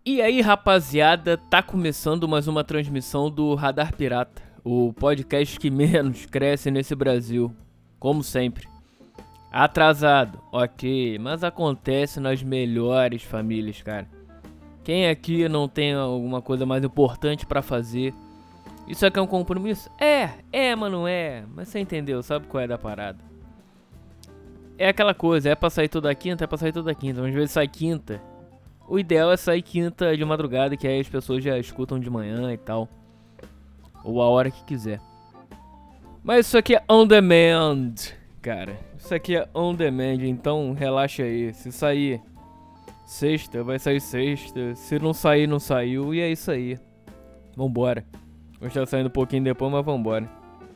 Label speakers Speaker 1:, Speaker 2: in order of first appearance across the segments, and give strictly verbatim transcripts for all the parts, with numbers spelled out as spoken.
Speaker 1: E aí, rapaziada, tá começando mais uma transmissão do Radar Pirata, o podcast que menos cresce nesse Brasil, como sempre. Atrasado, ok, mas acontece nas melhores famílias, cara. Quem aqui não tem alguma coisa mais importante pra fazer? Isso aqui é um compromisso? É, é, mas não é. Mas você entendeu, sabe qual é da parada? É aquela coisa, é pra sair toda quinta, é pra sair toda quinta, mas às vezes sai quinta. O ideal é sair quinta de madrugada, que aí as pessoas já escutam de manhã e tal. Ou a hora que quiser. Mas isso aqui é on demand, cara. Isso aqui é on demand, então relaxa aí. Se sair sexta, vai sair sexta. Se não sair, não saiu. E é isso aí. Vambora. Hoje tá saindo um pouquinho depois, mas vambora.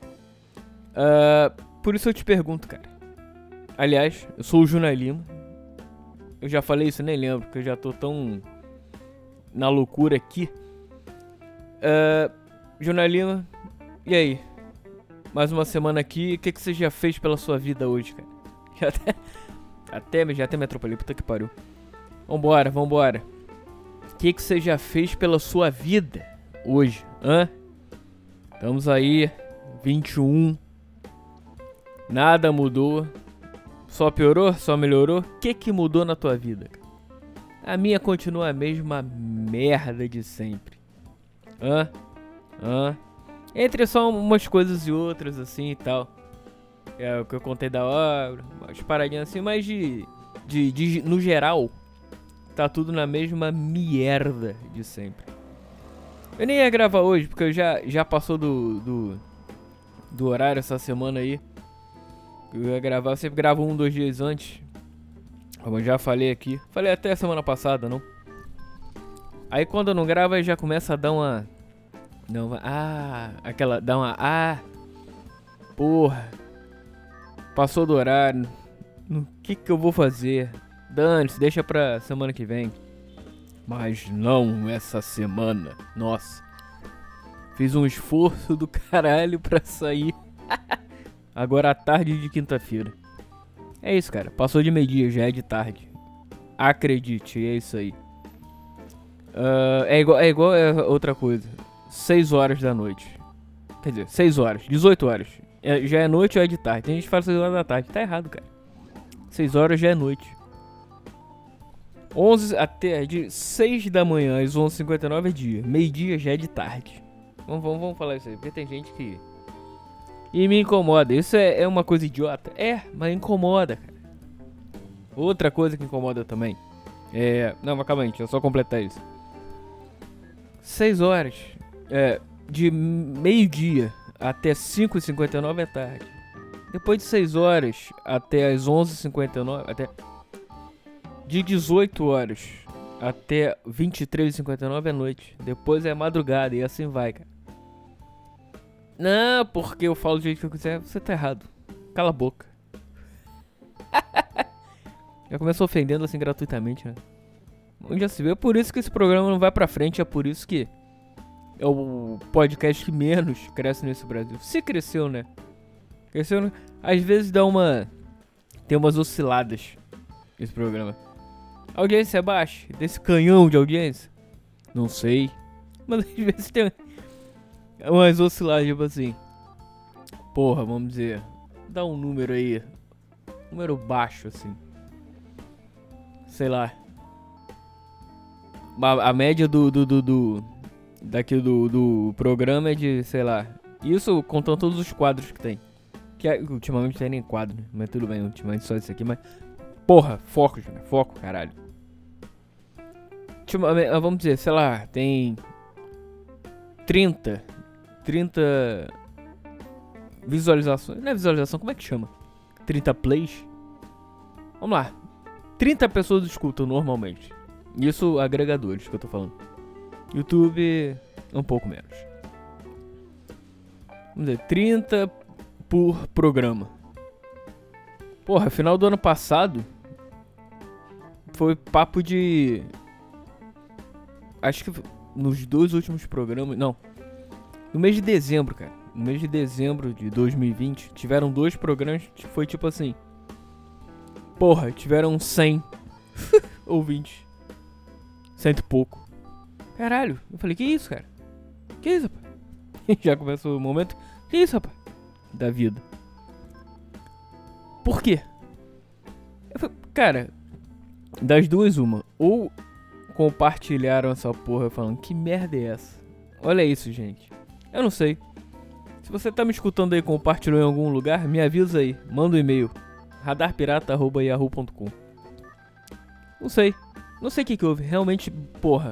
Speaker 1: Uh, por isso eu te pergunto, cara. Aliás, eu sou o Júnior Lima. Eu já falei isso, nem lembro, porque eu já tô tão na loucura aqui. Uh, Júnior Lima, e aí? Mais uma semana aqui, o que, que você já fez pela sua vida hoje, cara? Já até, até, já até me atropelei, puta que pariu. Vambora, vambora. O que, que você já fez pela sua vida hoje, hã? Estamos aí, vinte e um. Nada mudou. Só piorou? Só melhorou? O que que mudou na tua vida, cara? A minha continua a mesma merda de sempre. Hã? Hã? Entre só umas coisas e outras, assim, e tal. É o que eu contei da obra, umas paradinhas assim, mas de, de, de... no geral, tá tudo na mesma merda de sempre. Eu nem ia gravar hoje, porque eu já, já passou do, do, do horário essa semana aí. Eu ia gravar, eu sempre gravo um, dois dias antes. Como eu já falei aqui. Falei até semana passada, não? Aí quando eu não gravo, aí já começa a dar uma... Não, ah, aquela... Dá uma... Ah, porra. Passou do horário. O que que eu vou fazer? Dane-se, deixa pra semana que vem. Mas não essa semana. Nossa. Fiz um esforço do caralho pra sair... Agora à tarde de quinta-feira. É isso, cara. Passou de meio-dia, já é de tarde. Acredite, é isso aí. Uh, é igual, é igual é outra coisa. seis horas da noite. Quer dizer, seis horas, dezoito horas. É, já é noite ou é de tarde? Tem gente que fala seis horas da tarde. Tá errado, cara. seis horas já é noite. onze até de seis da manhã às onze e cinquenta e nove é dia. Meio-dia já é de tarde. Vamos, vamos, vamos falar isso aí, porque tem gente que... E me incomoda. Isso é, é uma coisa idiota? É, mas incomoda, cara. Outra coisa que incomoda também. É... Não, mas calma aí, deixa eu só completar isso. seis horas. É... De meio-dia até cinco e cinquenta e nove é tarde. Depois de seis horas até as onze e cinquenta e nove... Até... De dezoito horas até vinte e três e cinquenta e nove é noite. Depois é madrugada e assim vai, cara. Não, porque eu falo do jeito que eu quiser. Você tá errado. Cala a boca. Já começou ofendendo assim gratuitamente, né? Onde já se vê. É por isso que esse programa não vai pra frente. É por isso que é o podcast que menos cresce nesse Brasil. Se cresceu, né? Cresceu, né? Às vezes dá uma... Tem umas osciladas esse programa. A audiência é baixa? Desse canhão de audiência? Não sei. Mas às vezes tem... umas osciladas, tipo assim. Porra, vamos dizer. Dá um número aí. Número baixo, assim. Sei lá. A, a média do. do, do, do daqui do, do programa é de, sei lá. Isso contando todos os quadros que tem. Que ultimamente não tem nem quadro, né? Mas tudo bem, ultimamente só isso aqui. Mas. Porra, foco, Júnior. Foco, caralho. Ultimamente, vamos dizer, sei lá, tem. trinta. trinta visualizações. Não é visualização, como é que chama? trinta plays. Vamos lá. trinta pessoas escutam normalmente. Isso agregadores que eu tô falando. YouTube, um pouco menos. Vamos dizer, trinta por programa. Porra, final do ano passado foi papo de... Acho que nos dois últimos programas... Não. No mês de dezembro, cara. No mês de dezembro de dois mil e vinte, tiveram dois programas que foi tipo assim. Porra, tiveram cem ouvintes. Cento e pouco. Caralho. Eu falei, que isso, cara? Que isso, rapaz? Já começou o momento. Que isso, rapaz? Da vida. Por quê? Eu falei, cara, das duas, uma. Ou compartilharam essa porra falando, que merda é essa? Olha isso, gente. Eu não sei. Se você tá me escutando aí e compartilhou em algum lugar, me avisa aí. Manda um e-mail. radar pirata arroba yahoo ponto com. Não sei. Não sei o que que houve. Realmente, porra.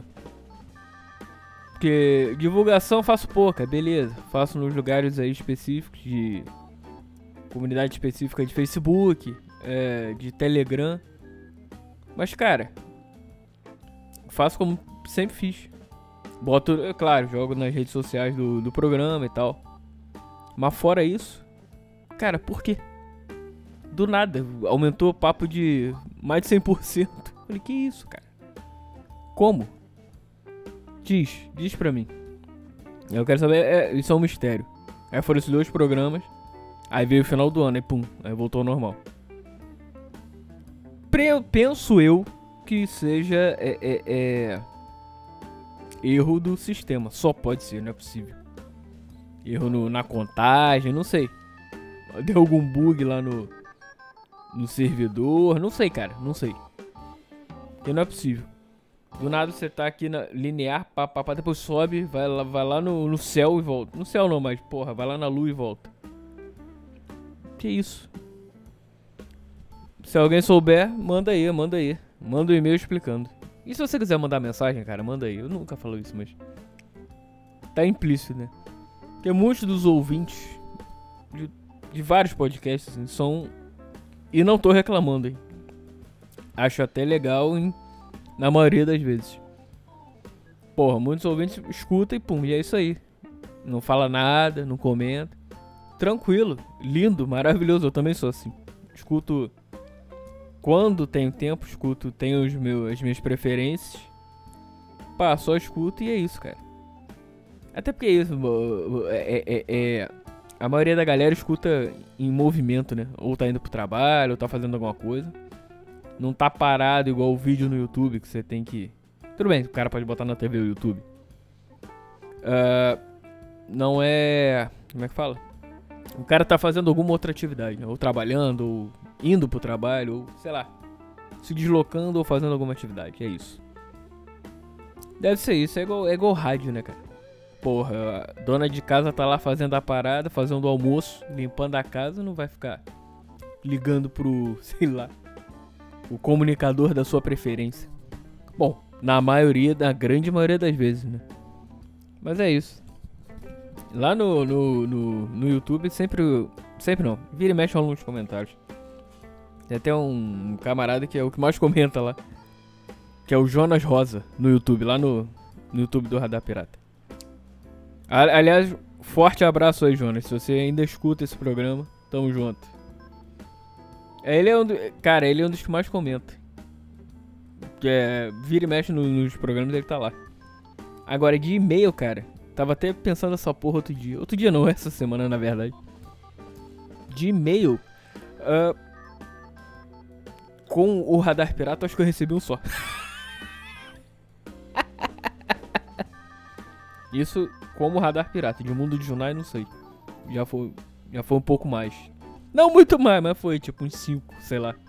Speaker 1: Porque divulgação eu faço pouca, beleza. Faço nos lugares aí específicos de... comunidade específica de Facebook, é, de Telegram. Mas, cara, faço como sempre fiz. Boto, é claro, jogo nas redes sociais do, do programa e tal. Mas fora isso, cara, por quê? Do nada, aumentou o papo de mais de cem por cento. Falei, que isso, cara? Como? Diz, diz pra mim. Eu quero saber, é, isso é um mistério. Aí foram esses dois programas. Aí veio o final do ano, aí pum, aí voltou ao normal. Pre- penso eu que seja é, é, é, erro do sistema. Só pode ser, não é possível. Erro no, na contagem, não sei. Deu algum bug lá no, no servidor, não sei, cara, não sei. Porque não é possível. Do nada você tá aqui na linear, pá, pá, pá, depois sobe, vai lá, vai lá no, no céu e volta. No céu não, mas porra, vai lá na lua e volta. Que isso? Se alguém souber, manda aí, manda aí. Manda um e-mail explicando. E se você quiser mandar mensagem, cara, manda aí. Eu nunca falo isso, mas... tá implícito, né? Porque muitos dos ouvintes de, de vários podcasts assim, são... E não tô reclamando, hein? Acho até legal, hein? Na maioria das vezes. Porra, muitos ouvintes escutam e pum, e é isso aí. Não fala nada, não comenta. Tranquilo, lindo, maravilhoso, eu também sou assim. Escuto quando tenho tempo, escuto, tenho os meus, as minhas preferências. Pá, só escuto e é isso, cara. Até porque é isso, é, é, é, a maioria da galera escuta em movimento, né? Ou tá indo pro trabalho, ou tá fazendo alguma coisa. Não tá parado igual o vídeo no YouTube que você tem que... Tudo bem, o cara pode botar na T V ou YouTube. Uh, não é... Como é que fala? O cara tá fazendo alguma outra atividade, né? Ou trabalhando, ou indo pro trabalho, ou sei lá, se deslocando ou fazendo alguma atividade, é isso. Deve ser isso, é igual, é igual rádio, né, cara? Porra, a dona de casa tá lá fazendo a parada, fazendo o almoço, limpando a casa, não vai ficar ligando pro, sei lá, o comunicador da sua preferência. Bom, na maioria, na grande maioria das vezes, né? Mas é isso. Lá no, no, no, no YouTube sempre, sempre não, vira e mexe nos comentários. Tem até um camarada que é o que mais comenta lá, que é o Jonas Rosa no YouTube, lá no, no YouTube do Radar Pirata. Aliás, forte abraço aí, Jonas, se você ainda escuta esse programa, tamo junto. Ele é um do, cara, ele é um dos que mais comenta. Que é, vira e mexe no, nos programas, ele tá lá. Agora, de e-mail, cara, tava até pensando nessa porra outro dia. Outro dia não, essa semana, na verdade. De e-mail, uh, com o Radar Pirata, acho que eu recebi um só. Isso como Radar Pirata. De Mundo de Junai, não sei. Já foi, já foi um pouco mais. Não muito mais, mas foi tipo uns cinco, sei lá.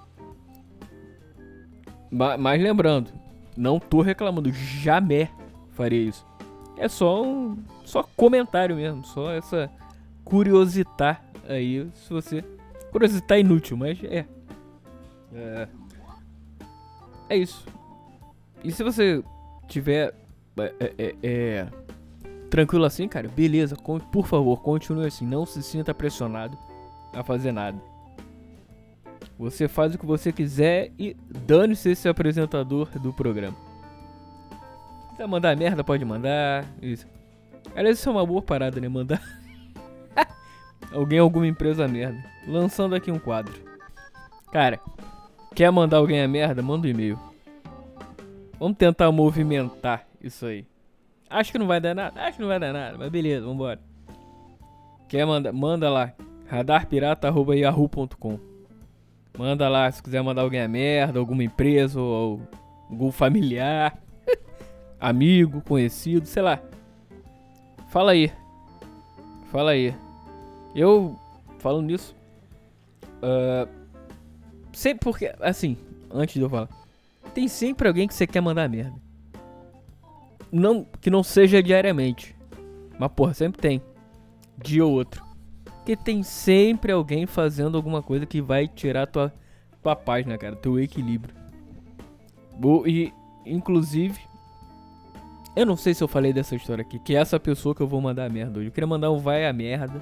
Speaker 1: Ma- mas lembrando, não tô reclamando, jamais faria isso. É só um só comentário mesmo, só essa curiositar aí, se você... Curiositar inútil, mas é. É, é isso. E se você tiver é, é, é, tranquilo assim, cara, beleza, por favor, continue assim, não se sinta pressionado a fazer nada. Você faz o que você quiser e dane-se esse apresentador do programa. Se quiser mandar merda, pode mandar. Isso. Aliás, isso é uma boa parada, né? Mandar alguém, alguma empresa merda. Lançando aqui um quadro. Cara, quer mandar alguém a merda? Manda um e-mail. Vamos tentar movimentar isso aí. Acho que não vai dar nada. Acho que não vai dar nada, mas beleza, vambora. Quer mandar? Manda lá. radar pirata arroba yahoo ponto com. Manda lá, se quiser mandar alguém a merda, alguma empresa ou algum familiar. amigo, conhecido, sei lá. Fala aí. Fala aí. Eu, falando nisso, uh, sempre porque, assim, antes de eu falar, tem sempre alguém que você quer mandar merda. Não, que não seja diariamente. Mas, porra, sempre tem. Dia ou outro. Porque tem sempre alguém fazendo alguma coisa que vai tirar tua, tua paz, né, cara? Teu equilíbrio. E, inclusive, eu não sei se eu falei dessa história aqui, que é essa pessoa que eu vou mandar a merda hoje. Eu queria mandar um vai a merda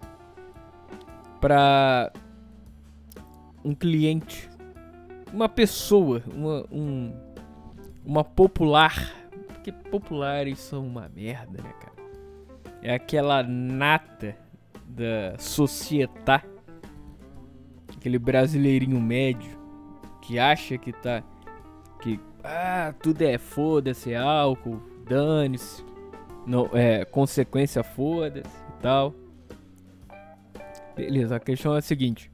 Speaker 1: pra um cliente, uma pessoa, uma, um, uma popular. Porque populares são uma merda, né, cara? É aquela nata da sociedade, aquele brasileirinho médio que acha que tá, que ah, tudo é foda-se, é álcool, dane-se, não, é consequência, foda-se e tal. Beleza, a questão é a seguinte: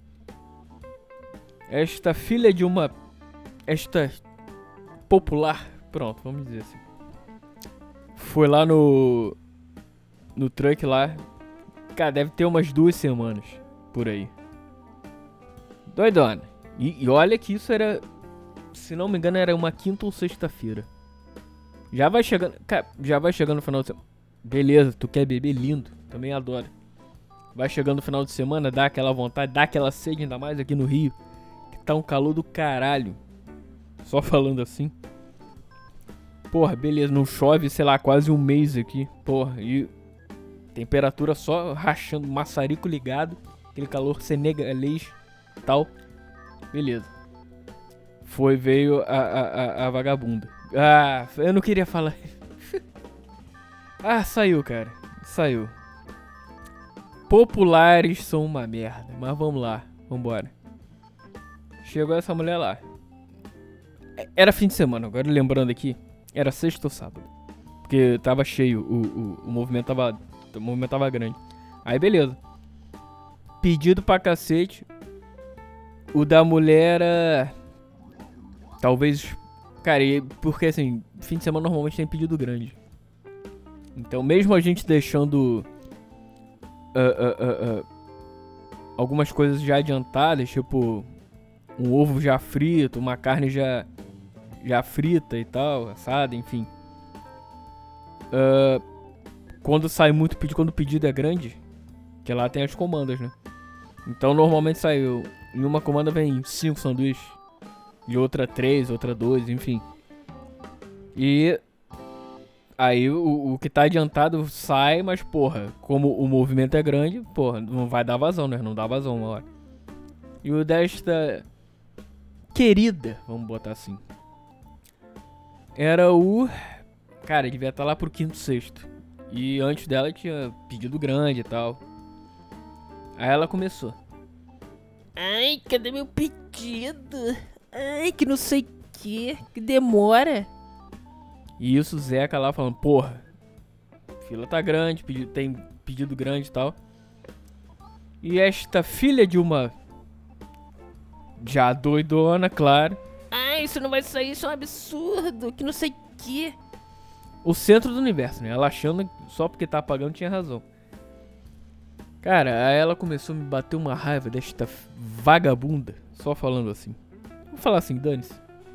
Speaker 1: esta filha de uma, esta popular, pronto, vamos dizer assim, foi lá no no truck lá. Cara, deve ter umas duas semanas por aí. Doidona. E, e olha que isso era, se não me engano, era uma quinta ou sexta-feira. Já vai chegando, cara, já vai chegando no final de semana. Beleza, tu quer beber, lindo, também adoro. Vai chegando no final de semana, dá aquela vontade, dá aquela sede, ainda mais aqui no Rio, que tá um calor do caralho. Só falando assim. Porra, beleza, não chove, sei lá, quase um mês aqui. Porra, e temperatura só rachando, maçarico ligado, aquele calor senegalês e tal. Beleza. Foi, veio a, a, a, a vagabunda. Ah, eu não queria falar. Ah, saiu, cara. Saiu. Populares são uma merda. Mas vamos lá, vambora. Chegou essa mulher lá. Era fim de semana, agora lembrando aqui. Era sexta ou sábado. Porque tava cheio, o, o, o movimento tava... O movimento tava grande. Aí beleza. Pedido pra cacete. O da mulher era... Talvez... Cara, porque assim, fim de semana normalmente tem pedido grande. Então mesmo a gente deixando... Uh, uh, uh, uh, algumas coisas já adiantadas, tipo... Um ovo já frito, uma carne já... Já frita e tal, assada, enfim. Uh... Quando sai muito pedido, quando o pedido é grande, que lá tem as comandas, né? Então normalmente saiu, em uma comanda vem cinco sanduíches, e outra três, outra dois, enfim. E aí o, o que tá adiantado sai, mas porra, como o movimento é grande, porra, não vai dar vazão, né? Não dá vazão uma hora. E o desta querida, vamos botar assim, era o... Cara, devia estar lá pro quinto, sexto. E antes dela tinha pedido grande e tal. Aí ela começou. Ai, cadê meu pedido? Ai, que não sei o que, que demora. E isso, Zeca lá falando, porra, fila tá grande, pedido, tem pedido grande e tal. E esta filha de uma... Já doidona, claro. Ai, isso não vai sair, isso é um absurdo, que não sei o que. O centro do universo, né? Ela achando que só porque tá pagando tinha razão. Cara, aí ela começou a me bater uma raiva desta vagabunda. Só falando assim. Vou falar assim, dane-se.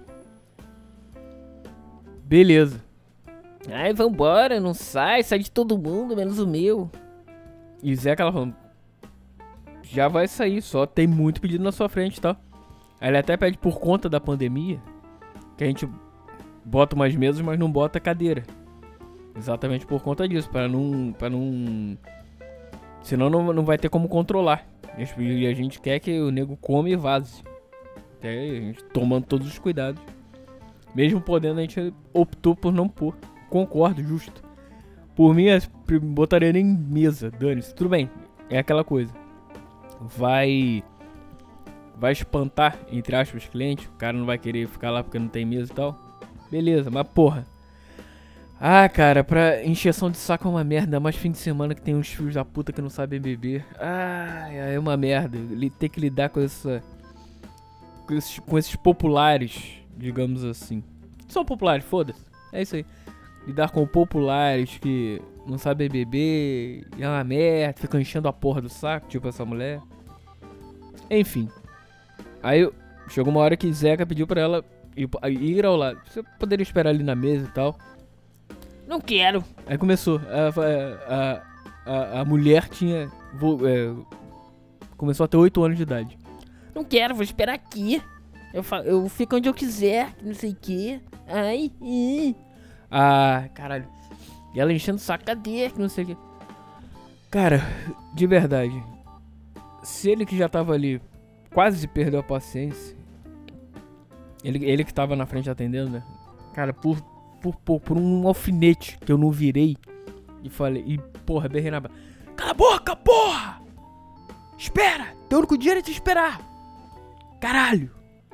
Speaker 1: Beleza. Ai, vambora, não sai, sai de todo mundo, menos o meu. E Zeca ela falando, já vai sair, só tem muito pedido na sua frente e tal. Aí ele até pede por conta da pandemia, que a gente bota umas mesas, mas não bota cadeira. Exatamente por conta disso, para não, para não, senão não, não vai ter como controlar. E a gente quer que o nego come e vaze. Até a gente tomando todos os cuidados. Mesmo podendo, a gente optou por não pôr. Concordo, justo. Por mim, eu botaria nem mesa, dane-se. Tudo bem, é aquela coisa. Vai... Vai espantar, entre aspas, os clientes. O cara não vai querer ficar lá porque não tem mesa e tal. Beleza, mas porra. Ah, cara, pra encheção de saco é uma merda. Mais fim de semana que tem uns filhos da puta que não sabem beber. Ah, é uma merda. Ele tem que lidar com essa... Com esses, com esses populares, digamos assim. São populares, foda-se. É isso aí. lidar com populares que não sabem beber, e é uma merda, fica enchendo a porra do saco, tipo essa mulher. Enfim. Aí chegou uma hora que Zeca pediu pra ela ir, ir ao lado. Você poderia esperar ali na mesa e tal. Não quero. Aí começou. A, a, a, a mulher tinha... É, começou a ter oito anos de idade. Não quero, vou esperar aqui. Eu, eu fico onde eu quiser, não sei o que. Ai, ih. Ah, caralho. E ela enchendo o saco, cadê? Que não sei o que. Cara, de verdade. Se ele que já tava ali quase perdeu a paciência. Ele, ele que tava na frente atendendo, né? Cara, por, por, por, por um alfinete que eu não virei. E falei, e porra, berrei na... Cala a boca, porra! Espera! Teu único dia é te esperar! Caralho!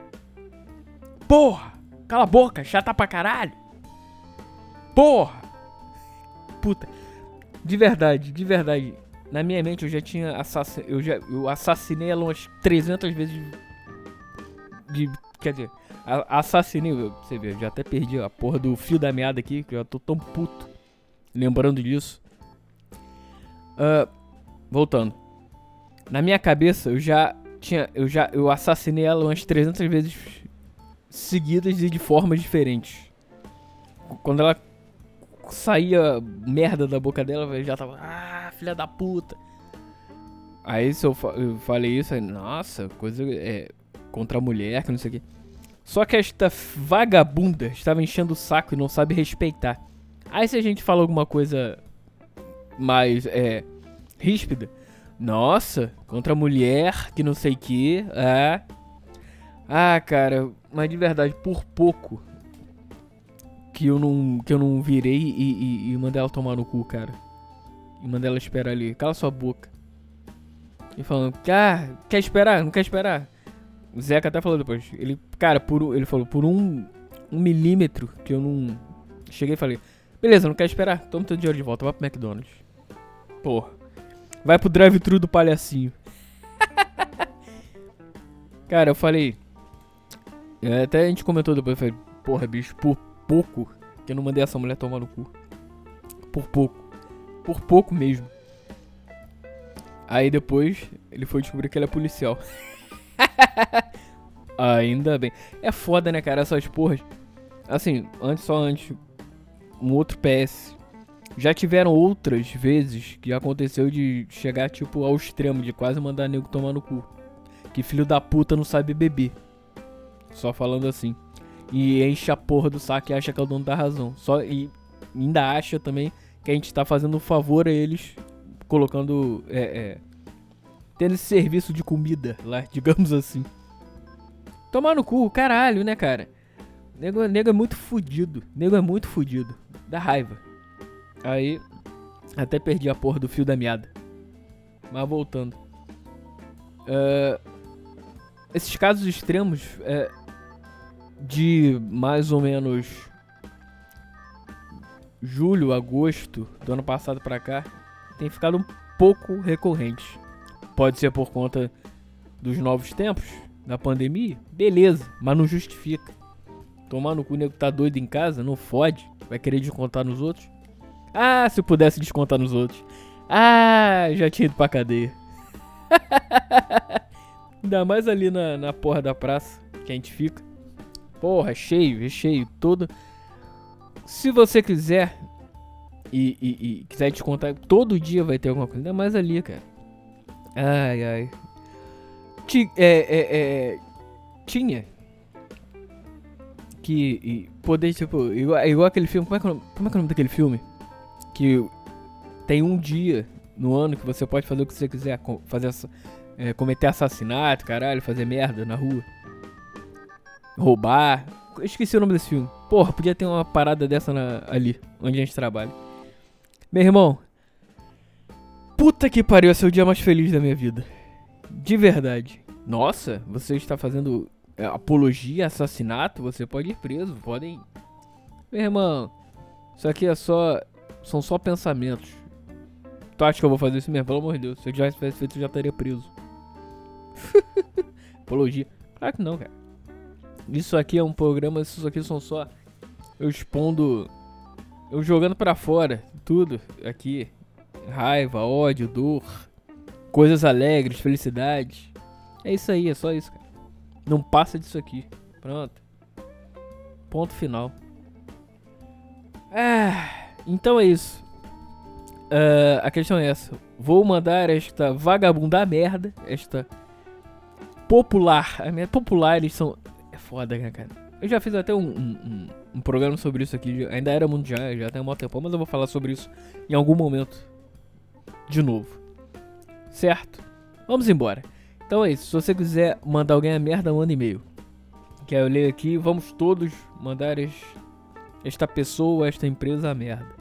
Speaker 1: Porra! Cala a boca, chata pra caralho! Porra! Puta. De verdade, de verdade. Na minha mente eu já tinha assassin... eu já eu assassinei ela umas trezentas vezes de... de... Quer dizer, a, assassinei... Você vê, eu já até perdi a porra do fio da meada aqui, que eu já tô tão puto lembrando disso. Uh, voltando. Na minha cabeça eu já tinha... Eu já eu assassinei ela umas trezentas vezes seguidas e de formas diferentes. Quando ela saía merda da boca dela, eu já tava... Ah, filha da puta. Aí se eu, fa eu falei isso, aí, nossa, coisa é, contra a mulher, que não sei o que. Só que esta vagabunda estava enchendo o saco e não sabe respeitar. Aí se a gente fala alguma coisa mais é, ríspida, nossa, contra a mulher, que não sei o que. É. Ah, cara, mas de verdade, por pouco que eu não, que eu não virei e, e, e mandei ela tomar no cu, cara. E mandei ela esperar ali. Cala sua boca. E falando, ah, quer esperar? Não quer esperar? O Zeca até falou depois. Ele, cara, por, ele falou, por um, um milímetro que eu não... Cheguei e falei, beleza, não quer esperar? Toma teu dinheiro de volta, vai pro McDonald's. Porra. Vai pro drive-thru do palhacinho. Cara, eu falei... Até a gente comentou depois, eu falei, porra, bicho, por pouco que eu não mandei essa mulher tomar no cu. Por pouco. Por pouco mesmo. Aí depois ele foi descobrir que ele é policial. Ainda bem. É foda, né, cara, essas porras. Assim, antes, só antes, um outro P S. Já tiveram outras vezes que aconteceu de chegar, tipo, ao extremo, de quase mandar nego tomar no cu. Que filho da puta não sabe beber. Só falando assim. E enche a porra do saco e acha que é o dono da razão. Só, e ainda acha também que a gente tá fazendo um favor a eles, colocando, é, é, tendo esse serviço de comida lá, digamos assim. Tomar no cu, caralho, né, cara? Nego, nego é muito fudido. Nego é muito fudido. Dá raiva. Aí, até perdi a porra do fio da meada. Mas voltando. Uh, esses casos extremos, é, de mais ou menos julho, agosto do ano passado pra cá, tem ficado um pouco recorrente. Pode ser por conta dos novos tempos, da pandemia, beleza, mas não justifica. Tomar no cu, o nego tá doido em casa, não fode, vai querer descontar nos outros. Ah, se eu pudesse descontar nos outros. Ah, já tinha ido pra cadeia. Ainda mais ali na, na porra da praça que a gente fica. Porra, é cheio, é cheio, todo. Se você quiser e, e, e quiser descontar, todo dia vai ter alguma coisa. Ainda mais ali, cara. Ai, ai. Ti, é, é, é, tinha que e poder, tipo, igual, igual aquele filme. Como é, que é, o nome- como é que é o nome daquele filme? Que tem um dia no ano que você pode fazer o que você quiser. co- Fazer, assa- é, cometer assassinato, caralho, fazer merda na rua. Roubar. Eu esqueci o nome desse filme. Porra, podia ter uma parada dessa na- ali, onde a gente trabalha. Meu irmão, puta que pariu, esse é o dia mais feliz da minha vida. De verdade. Nossa, você está fazendo é, apologia, assassinato, você pode ir preso, podem... Meu irmão, isso aqui é só... São só pensamentos. Tu acha que eu vou fazer isso mesmo? Pelo amor de Deus, se eu já tivesse feito, eu já estaria preso. Apologia. Claro que não, cara. Isso aqui é um programa, isso aqui são só eu expondo Eu jogando pra fora, tudo aqui. Raiva, ódio, dor, coisas alegres, felicidade. É isso aí, é só isso, cara. Não passa disso aqui. Pronto. Ponto final. Ah, então é isso. Uh, a questão é essa. Vou mandar esta vagabunda merda, esta popular. A minha popular, eles são... É foda, né, cara? Eu já fiz até um, um, um, um programa sobre isso aqui. Ainda era mundial, já tem um maior tempo. Mas eu vou falar sobre isso em algum momento. De novo. Certo? Vamos embora. Então é isso. Se você quiser mandar alguém a merda, manda e-mail. Que aí eu leio aqui. Vamos todos mandar es, esta pessoa, esta empresa a merda.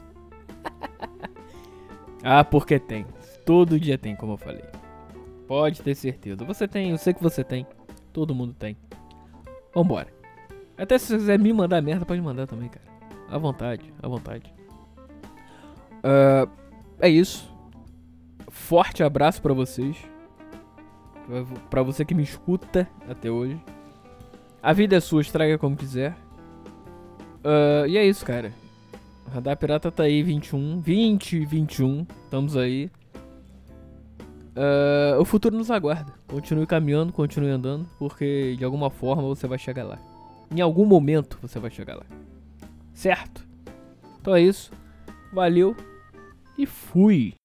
Speaker 1: Ah, porque tem. Todo dia tem, como eu falei. Pode ter certeza. Você tem, eu sei que você tem. Todo mundo tem. Vambora. Até se você quiser me mandar merda, pode mandar também, cara. À vontade, à vontade. Uh, é isso. Forte abraço pra vocês. Pra você que me escuta até hoje. A vida é sua, estraga como quiser. Uh, e é isso, cara. Radar Pirata tá aí, vinte e um, vinte, vinte e um, estamos aí. Uh, o futuro nos aguarda. Continue caminhando, continue andando, porque de alguma forma você vai chegar lá. Em algum momento você vai chegar lá. Certo? Então é isso. Valeu e fui.